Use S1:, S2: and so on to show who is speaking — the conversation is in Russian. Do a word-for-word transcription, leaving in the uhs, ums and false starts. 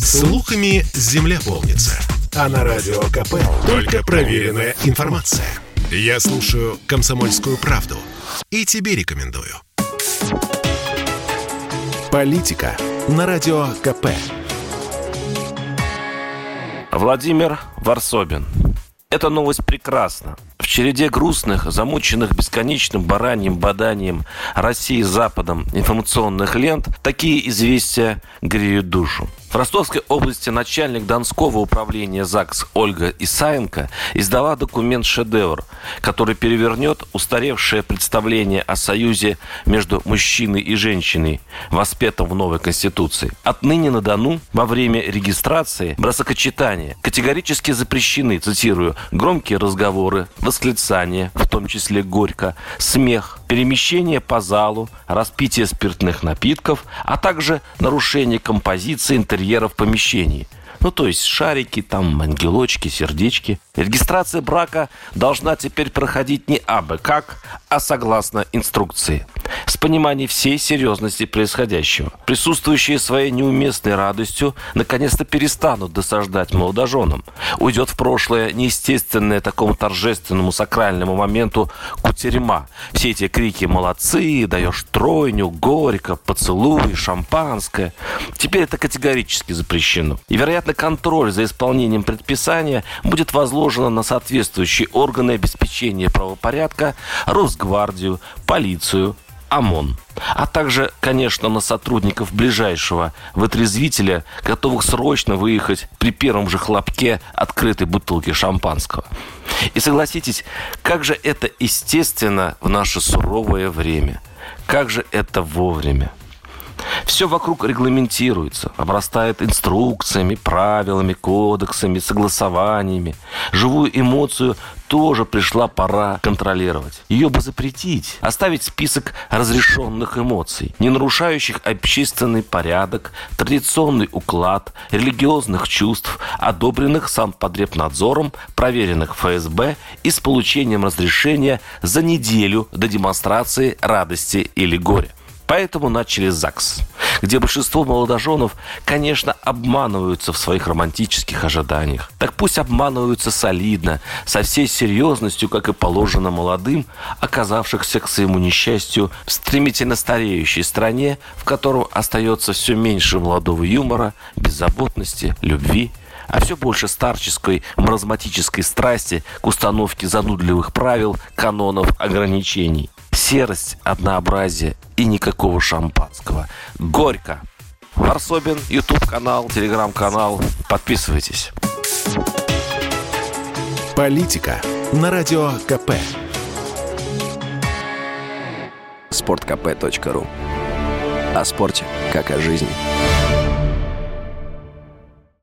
S1: Слухами земля полнится. А на Радио КП только проверенная информация. Я слушаю «Комсомольскую правду» и тебе рекомендую. Политика на Радио КП.
S2: Владимир Варсобин. Эта новость прекрасна. В череде грустных, замученных бесконечным бараньим баданием России с Западом информационных лент, такие известия греют душу. В Ростовской области начальник Донского управления ЗАГС Ольга Исаенко издала документ «Шедевр», который перевернет устаревшее представление о союзе между мужчиной и женщиной, воспетом в новой Конституции. Отныне на Дону во время регистрации бракосочетания категорически запрещены, цитирую, громкие разговоры, восклицания, в том числе горько, смех, перемещение по залу, распитие спиртных напитков, а также нарушение композиции интерьера в помещении. Ну, то есть шарики, там, ангелочки, сердечки. Регистрация брака должна теперь проходить не абы как, а согласно инструкции. С пониманием всей серьезности происходящего. Присутствующие своей неуместной радостью наконец-то перестанут досаждать молодоженам. Уйдет в прошлое неестественное такому торжественному сакральному моменту кутерьма. Все эти крики «молодцы», «даешь тройню», «горько», «поцелуй», «шампанское». Теперь это категорически запрещено. И, вероятно, контроль за исполнением предписания будет возложен на соответствующие органы обеспечения правопорядка, Росгвардию, полицию, ОМОН, а также, конечно, на сотрудников ближайшего вытрезвителя, готовых срочно выехать при первом же хлопке открытой бутылки шампанского. И согласитесь, как же это естественно в наше суровое время, как же это вовремя. Все вокруг регламентируется, обрастает инструкциями, правилами, кодексами, согласованиями. Живую эмоцию тоже пришла пора контролировать. Ее бы запретить, оставить список разрешенных эмоций, не нарушающих общественный порядок, традиционный уклад, религиозных чувств, одобренных Санпотребнадзором, проверенных эф эс бэ и с получением разрешения за неделю до демонстрации радости или горя. Поэтому начали ЗАГС, где большинство молодоженов, конечно, обманываются в своих романтических ожиданиях. Так пусть обманываются солидно, со всей серьезностью, как и положено молодым, оказавшихся к своему несчастью в стремительно стареющей стране, в которой остается все меньше молодого юмора, беззаботности, любви, а все больше старческой, маразматической страсти к установке занудливых правил, канонов, ограничений. Серость, однообразие и никакого шампанского. Горько. Варсобин, YouTube-канал, Telegram-канал. Подписывайтесь.
S1: Политика на Радио КП.
S3: спорт кэ пэ точка ру. О спорте, как о жизни.